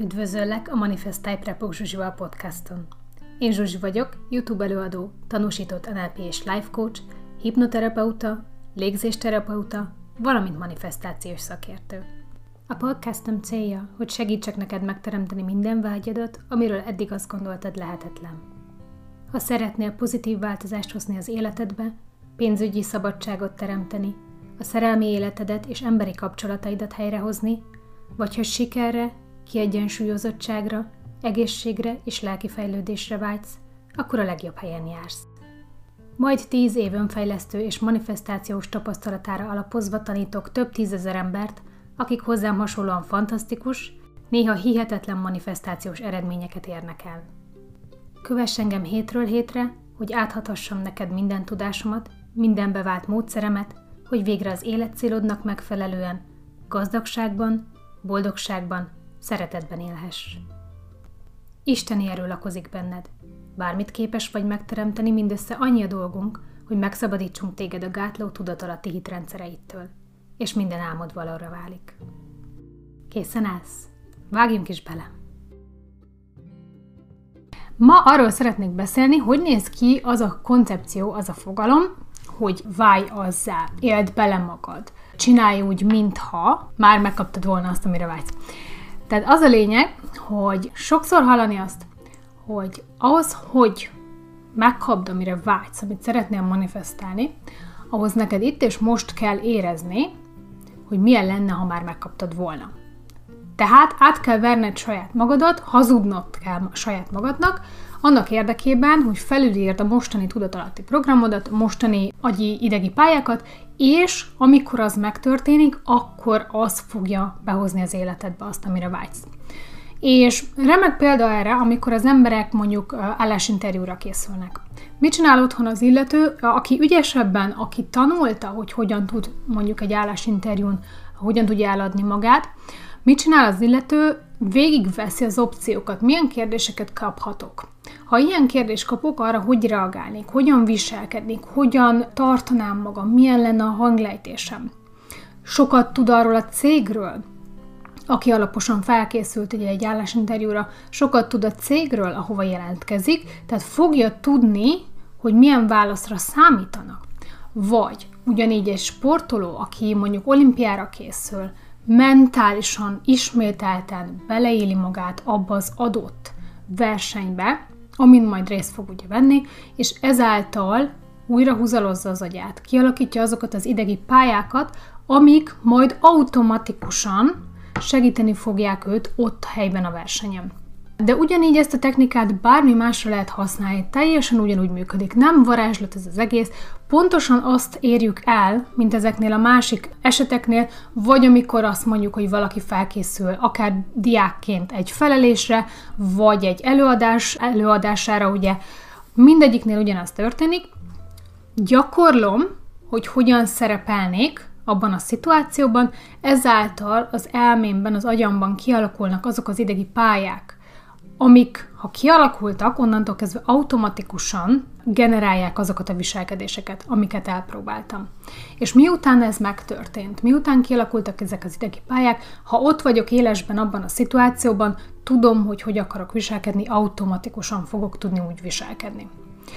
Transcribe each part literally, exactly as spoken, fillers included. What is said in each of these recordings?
Üdvözöllek a Manifest Type-Repok Zsuzsival podcaston. Én Zsuzsi vagyok, YouTube előadó, tanúsított en el pé és life coach, hipnoterapeuta, légzésterapeuta, valamint manifestációs szakértő. A podcastom célja, hogy segítsek neked megteremteni minden vágyadat, amiről eddig azt gondoltad lehetetlen. Ha szeretnél pozitív változást hozni az életedbe, pénzügyi szabadságot teremteni, a szerelmi életedet és emberi kapcsolataidat helyrehozni, vagy ha sikerre, kiegyensúlyozottságra, egészségre és lelki fejlődésre vágysz, akkor a legjobb helyen jársz. Majd tíz év önfejlesztő és manifestációs tapasztalatára alapozva tanítok több tízezer embert, akik hozzám hasonlóan fantasztikus, néha hihetetlen manifestációs eredményeket érnek el. Kövess engem hétről hétre, hogy áthathassam neked minden tudásomat, minden bevált módszeremet, hogy végre az életcélodnak megfelelően, gazdagságban, boldogságban, szeretetben élhess. Isteni erő lakozik benned. Bármit képes vagy megteremteni, mindössze annyi a dolgunk, hogy megszabadítsunk téged a gátló tudatalatti hitrendszereittől, és minden álmod valóra válik. Készen állsz? Vágjunk is bele! Ma arról szeretnék beszélni, hogy néz ki az a koncepció, az a fogalom, hogy válj azzá, éld bele magad. Csinálj úgy, mintha már megkaptad volna azt, amire vágysz. Tehát az a lényeg, hogy sokszor hallani azt, hogy ahhoz, hogy megkapd, amire vágysz, amit szeretnél manifestálni, ahhoz neked itt és most kell érezni, hogy milyen lenne, ha már megkaptad volna. Tehát át kell verned saját magadat, hazudnod kell saját magadnak, annak érdekében, hogy felülírd a mostani tudatalatti programodat, a mostani agyi idegi pályákat, és amikor az megtörténik, akkor az fogja behozni az életedbe azt, amire vágysz. És remek példa erre, amikor az emberek mondjuk állásinterjúra készülnek. Mit csinál otthon az illető, aki ügyesebben, aki tanulta, hogy hogyan tud mondjuk egy állásinterjún, hogyan tudja eladni magát, mit csinál az illető? Végigveszi az opciókat, milyen kérdéseket kaphatok. Ha ilyen kérdést kapok, arra hogy reagálnék, hogyan viselkednék, hogyan tartanám magam, milyen lenne a hanglejtésem. Sokat tud arról a cégről, aki alaposan felkészült ugye egy állásinterjúra, sokat tud a cégről, ahova jelentkezik, tehát fogja tudni, hogy milyen válaszra számítanak. Vagy ugyanígy egy sportoló, aki mondjuk olimpiára készül, mentálisan, ismételten beleéli magát abba az adott versenybe, amin majd részt fog ugye venni, és ezáltal újra húzalozza az agyát, kialakítja azokat az idegi pályákat, amik majd automatikusan segíteni fogják őt ott helyben a versenyen. De ugyanígy ezt a technikát bármi másra lehet használni, teljesen ugyanúgy működik, nem varázslat ez az egész, pontosan azt érjük el, mint ezeknél a másik eseteknél, vagy amikor azt mondjuk, hogy valaki felkészül, akár diákként egy felelésre, vagy egy előadás előadására, ugye mindegyiknél ugyanaz történik, gyakorlom, hogy hogyan szerepelnék abban a szituációban, ezáltal az elmémben, az agyamban kialakulnak azok az idegi pályák, amik, ha kialakultak, onnantól kezdve automatikusan generálják azokat a viselkedéseket, amiket elpróbáltam. És miután ez megtörtént, miután kialakultak ezek az idegi pályák, ha ott vagyok élesben abban a szituációban, tudom, hogy hogy akarok viselkedni, automatikusan fogok tudni úgy viselkedni.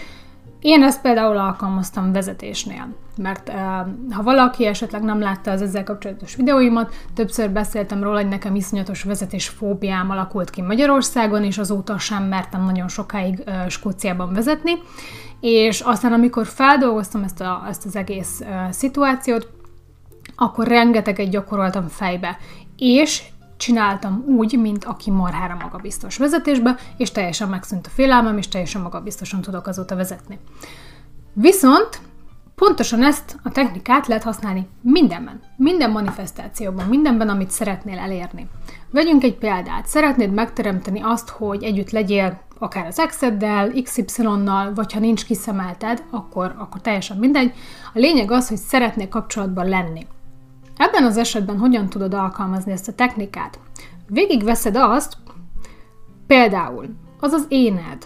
Én ezt például alkalmaztam vezetésnél, mert uh, ha valaki esetleg nem látta az ezzel kapcsolatos videóimat, többször beszéltem róla, hogy nekem iszonyatos vezetésfóbiám alakult ki Magyarországon, és azóta sem mertem nagyon sokáig uh, Skóciában vezetni, és aztán amikor feldolgoztam ezt, a, ezt az egész uh, szituációt, akkor rengeteget gyakoroltam fejbe, és csináltam úgy, mint aki marhára magabiztos vezetésbe, és teljesen megszűnt a félelmem, és teljesen magabiztosan tudok azóta vezetni. Viszont pontosan ezt a technikát lehet használni mindenben, minden manifestációban, mindenben, amit szeretnél elérni. Vegyünk egy példát. Szeretnéd megteremteni azt, hogy együtt legyél akár az exeddel, iksz ipszilonnal, vagy ha nincs kiszemelted, akkor, akkor teljesen mindegy. A lényeg az, hogy szeretnél kapcsolatban lenni. Ebben az esetben hogyan tudod alkalmazni ezt a technikát? Végigveszed azt, például az az éned,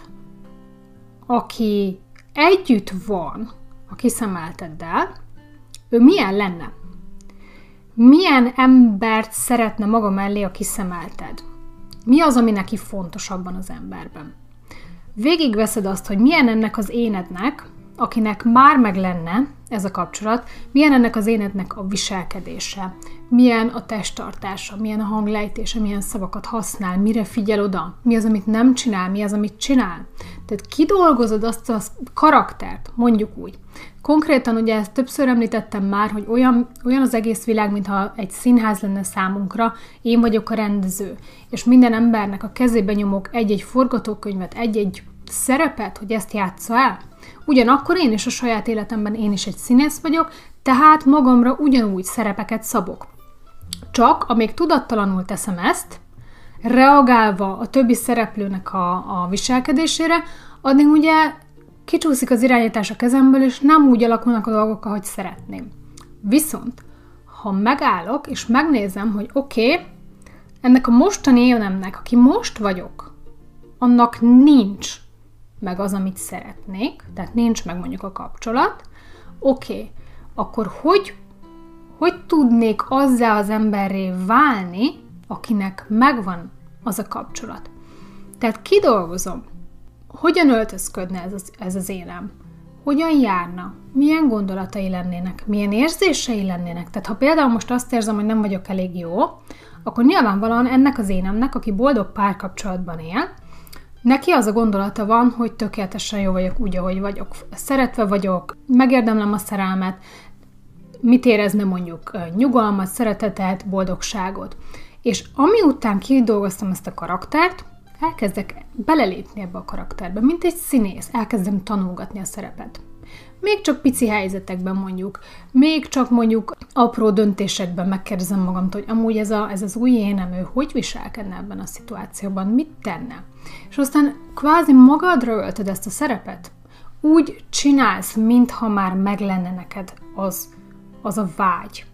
aki együtt van a kiszemelteddel, ő milyen lenne? Milyen embert szeretne maga mellé a kiszemelted? Mi az, ami neki fontosabban az emberben? Végigveszed azt, hogy milyen ennek az énednek, akinek már meg lenne ez a kapcsolat, milyen ennek az énednek a viselkedése, milyen a testtartása, milyen a hanglejtése, milyen szavakat használ, mire figyel oda, mi az, amit nem csinál, mi az, amit csinál. Tehát kidolgozod azt a karaktert, mondjuk úgy. Konkrétan ugye ezt többször említettem már, hogy olyan, olyan az egész világ, mintha egy színház lenne számunkra, én vagyok a rendező, és minden embernek a kezébe nyomok egy-egy forgatókönyvet, egy-egy szerepet, hogy ezt játsza el. Ugyanakkor én is a saját életemben én is egy színész vagyok, tehát magamra ugyanúgy szerepeket szabok. Csak, amíg tudattalanul teszem ezt, reagálva a többi szereplőnek a, a viselkedésére, addig ugye kicsúszik az irányítás a kezemből, és nem úgy alakulnak a dolgok, ahogy szeretném. Viszont, ha megállok, és megnézem, hogy oké, okay, ennek a mostani énemnek, aki most vagyok, annak nincs meg az, amit szeretnék, tehát nincs meg mondjuk a kapcsolat, oké, okay, akkor hogy, hogy tudnék azzá az emberré válni, akinek megvan az a kapcsolat? Tehát kidolgozom, hogyan öltözködne ez az, ez az énem, hogyan járna, milyen gondolatai lennének, milyen érzései lennének. Tehát ha például most azt érzem, hogy nem vagyok elég jó, akkor nyilvánvalóan ennek az énemnek, aki boldog párkapcsolatban él, neki az a gondolata van, hogy tökéletesen jó vagyok úgy, ahogy vagyok. Szeretve vagyok, megérdemlem a szerelmet, mit érezne mondjuk nyugalmat, szeretetet, boldogságot. És ami után kidolgoztam ezt a karaktert, elkezdek belelépni ebbe a karakterbe, mint egy színész, elkezdem tanulgatni a szerepet. Még csak pici helyzetekben mondjuk, még csak mondjuk apró döntésekben megkérdezem magamtól, hogy amúgy ez, a, ez az új énem, ő hogy viselkedne ebben a szituációban, mit tenne. És aztán kvázi magadra öltöd ezt a szerepet. Úgy csinálsz, mintha már meg lenne neked az, az a vágy.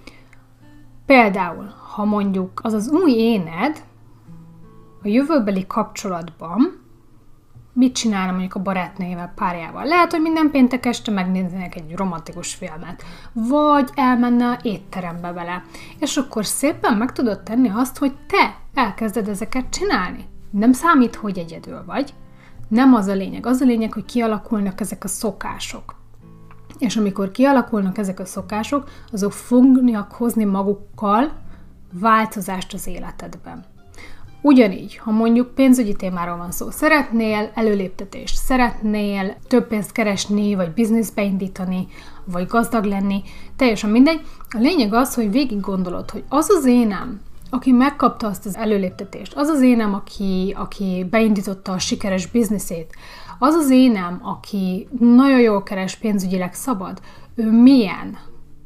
Például, ha mondjuk az az új éned a jövőbeli kapcsolatban mit csinálna mondjuk a barátnőjével, párjával. Lehet, hogy minden péntek este megnéznének egy romantikus filmet, vagy elmenne étterembe vele. És akkor szépen meg tudod tenni azt, hogy te elkezded ezeket csinálni. Nem számít, hogy egyedül vagy. Nem az a lényeg. Az a lényeg, hogy kialakulnak ezek a szokások. És amikor kialakulnak ezek a szokások, azok fognak hozni magukkal változást az életedben. Ugyanígy, ha mondjuk pénzügyi témáról van szó, szeretnél előléptetést, szeretnél több pénzt keresni, vagy bizniszbe indítani, vagy gazdag lenni, teljesen mindegy. A lényeg az, hogy végig gondolod, hogy az az énem, aki megkapta azt az előléptetést, az az énem, aki, aki beindította a sikeres bizniszét, az az énem, aki nagyon jól keres, pénzügyileg szabad, ő milyen?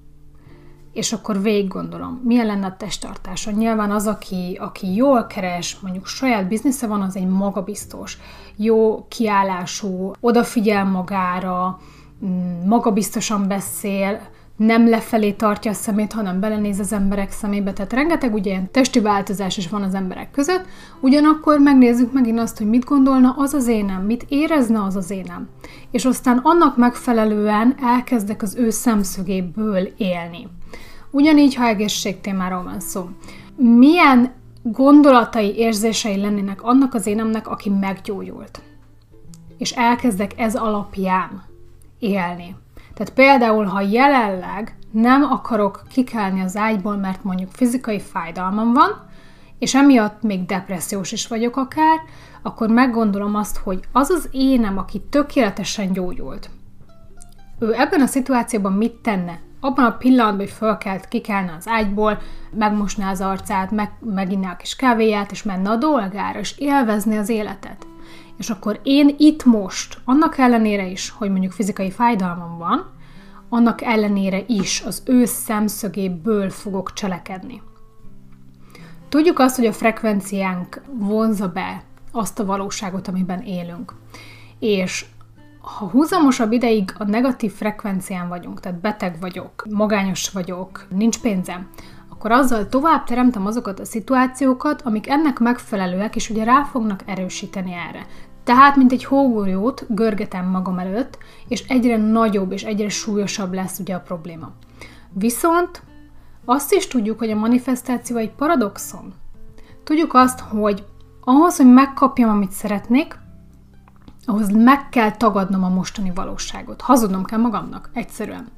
És akkor végig gondolom, milyen lenne a testtartása. Nyilván az, aki, aki jól keres, mondjuk saját biznisze van, az egy magabiztos, jó kiállású, odafigyel magára, magabiztosan beszél, nem lefelé tartja a szemét, hanem belenéz az emberek szemébe. Tehát rengeteg ugye ilyen testi változás is van az emberek között, ugyanakkor megnézzük megint azt, hogy mit gondolna az az énem, mit érezne az az énem. És aztán annak megfelelően elkezdek az ő szemszögéből élni. Ugyanígy, ha egészségtémáról van szó. Milyen gondolatai, érzései lennének annak az énemnek, aki meggyógyult? És elkezdek ez alapján élni. Tehát például, ha jelenleg nem akarok kikelni az ágyból, mert mondjuk fizikai fájdalmam van, és emiatt még depressziós is vagyok akár, akkor meggondolom azt, hogy az az énem, aki tökéletesen gyógyult, ő ebben a szituációban mit tenne? Abban a pillanatban, hogy fölkelt, kikelne az ágyból, megmosná az arcát, meg, meginná a kis kávéját, és menne a dolgára, és élvezni az életet. És akkor én itt most, annak ellenére is, hogy mondjuk fizikai fájdalmam van, annak ellenére is az ő szemszögéből fogok cselekedni. Tudjuk azt, hogy a frekvenciánk vonzza be azt a valóságot, amiben élünk. És ha húzamosabb ideig a negatív frekvencián vagyunk, tehát beteg vagyok, magányos vagyok, nincs pénzem, akkor azzal tovább teremtem azokat a szituációkat, amik ennek megfelelőek, és ugye rá fognak erősíteni erre. Tehát, mint egy hógolyót görgetem magam előtt, és egyre nagyobb és egyre súlyosabb lesz ugye a probléma. Viszont azt is tudjuk, hogy a manifestáció egy paradoxon. Tudjuk azt, hogy Ahhoz, hogy megkapjam, amit szeretnék, ahhoz meg kell tagadnom a mostani valóságot. Hazudnom kell magamnak, egyszerűen.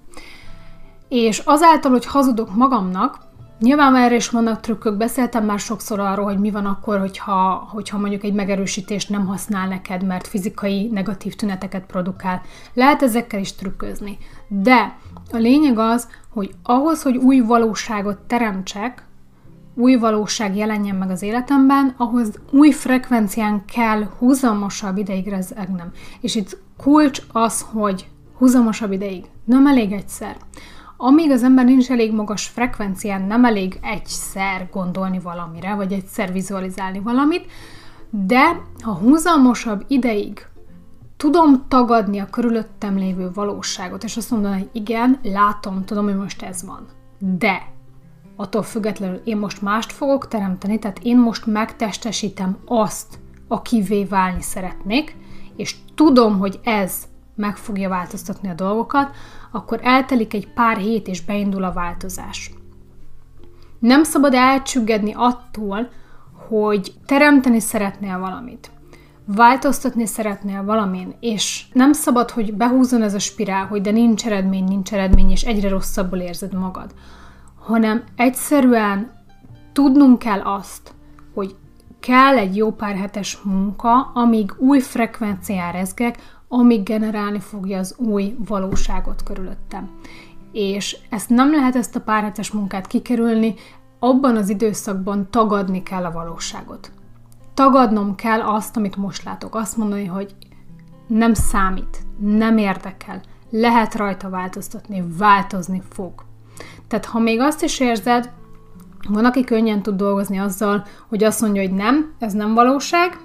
És azáltal, hogy hazudok magamnak, nyilván erre is vannak trükkök, beszéltem már sokszor arról, hogy mi van akkor, hogyha, hogyha mondjuk egy megerősítést nem használ neked, mert fizikai negatív tüneteket produkál. Lehet ezekkel is trükközni. De a lényeg az, hogy ahhoz, hogy új valóságot teremtsek, új valóság jelenjen meg az életemben, ahhoz új frekvencián kell húzamosabb ideig rezegnem. És itt kulcs az, hogy húzamosabb ideig. Nem elég egyszer. Amíg az ember nincs elég magas frekvencián, nem elég egyszer gondolni valamire, vagy egyszer vizualizálni valamit, de ha húzamosabb ideig tudom tagadni a körülöttem lévő valóságot, és azt mondani, hogy igen, látom, tudom, hogy most ez van. De attól függetlenül én most mást fogok teremteni, tehát én most megtestesítem azt, akivé válni szeretnék, és tudom, hogy ez meg fogja változtatni a dolgokat, akkor eltelik egy pár hét, és beindul a változás. Nem szabad elcsüggedni attól, hogy teremteni szeretnél valamit. Változtatni szeretnél valamin, és nem szabad, hogy behúzzon ez a spirál, hogy de nincs eredmény, nincs eredmény, és egyre rosszabbul érzed magad. Hanem egyszerűen tudnunk kell azt, hogy kell egy jó pár hetes munka, amíg új frekvencián rezgek, amíg generálni fogja az új valóságot körülöttem. És ezt nem lehet ezt a pár hetes munkát kikerülni, abban az időszakban tagadni kell a valóságot. Tagadnom kell azt, amit most látok. Azt mondani, hogy nem számít, nem érdekel, lehet rajta változtatni, változni fog. Tehát ha még azt is érzed, van, aki könnyen tud dolgozni azzal, hogy azt mondja, hogy nem, ez nem valóság,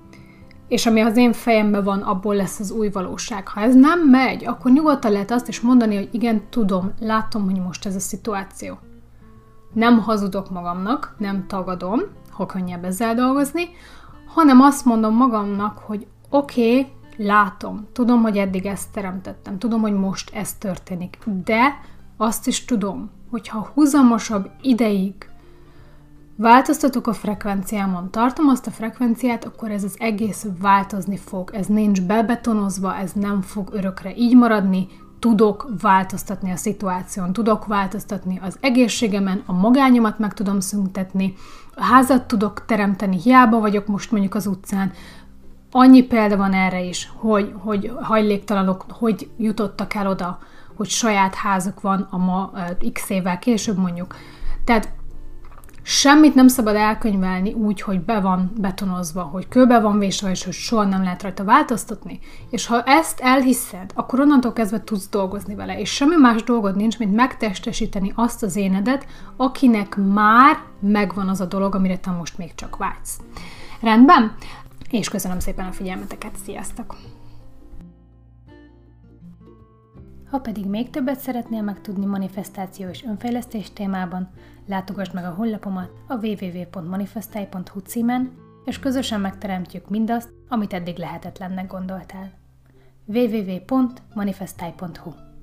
és ami az én fejemben van, abból lesz az új valóság. Ha ez nem megy, akkor nyugodtan lehet azt is mondani, hogy igen, tudom, látom, hogy most ez a szituáció. Nem hazudok magamnak, nem tagadom, ha könnyebb ezzel dolgozni, hanem azt mondom magamnak, hogy oké, okay, látom, tudom, hogy eddig ezt teremtettem, tudom, hogy most ez történik, de azt is tudom, hogy ha húzamosabb ideig változtatok a frekvenciámon, tartom azt a frekvenciát, akkor ez az egész változni fog. Ez nincs bebetonozva, ez nem fog örökre így maradni, tudok változtatni a szituáción, tudok változtatni az egészségemen, a magányomat meg tudom szüntetni, a házat tudok teremteni, hiába vagyok most mondjuk az utcán. Annyi példa van erre is, hogy, hogy hajléktalanok hogy jutottak el oda, hogy saját házuk van a ma x évvel később mondjuk. Tehát semmit nem szabad elkönyvelni úgy, hogy be van betonozva, hogy kőbe van vésve, és hogy soha nem lehet rajta változtatni. És ha ezt elhiszed, akkor onnantól kezdve tudsz dolgozni vele, és semmi más dolgod nincs, mint megtestesíteni azt az énedet, akinek már megvan az a dolog, amire te most még csak vágysz. Rendben? És köszönöm szépen a figyelmeteket, sziasztok! Ha pedig még többet szeretnél megtudni manifestáció és önfejlesztés témában, látogass meg a honlapomat a double-u double-u double-u pont manifestai pont hu címen, és közösen megteremtjük mindazt, amit eddig lehetetlennek gondoltál. double-u double-u double-u pont manifestai pont hu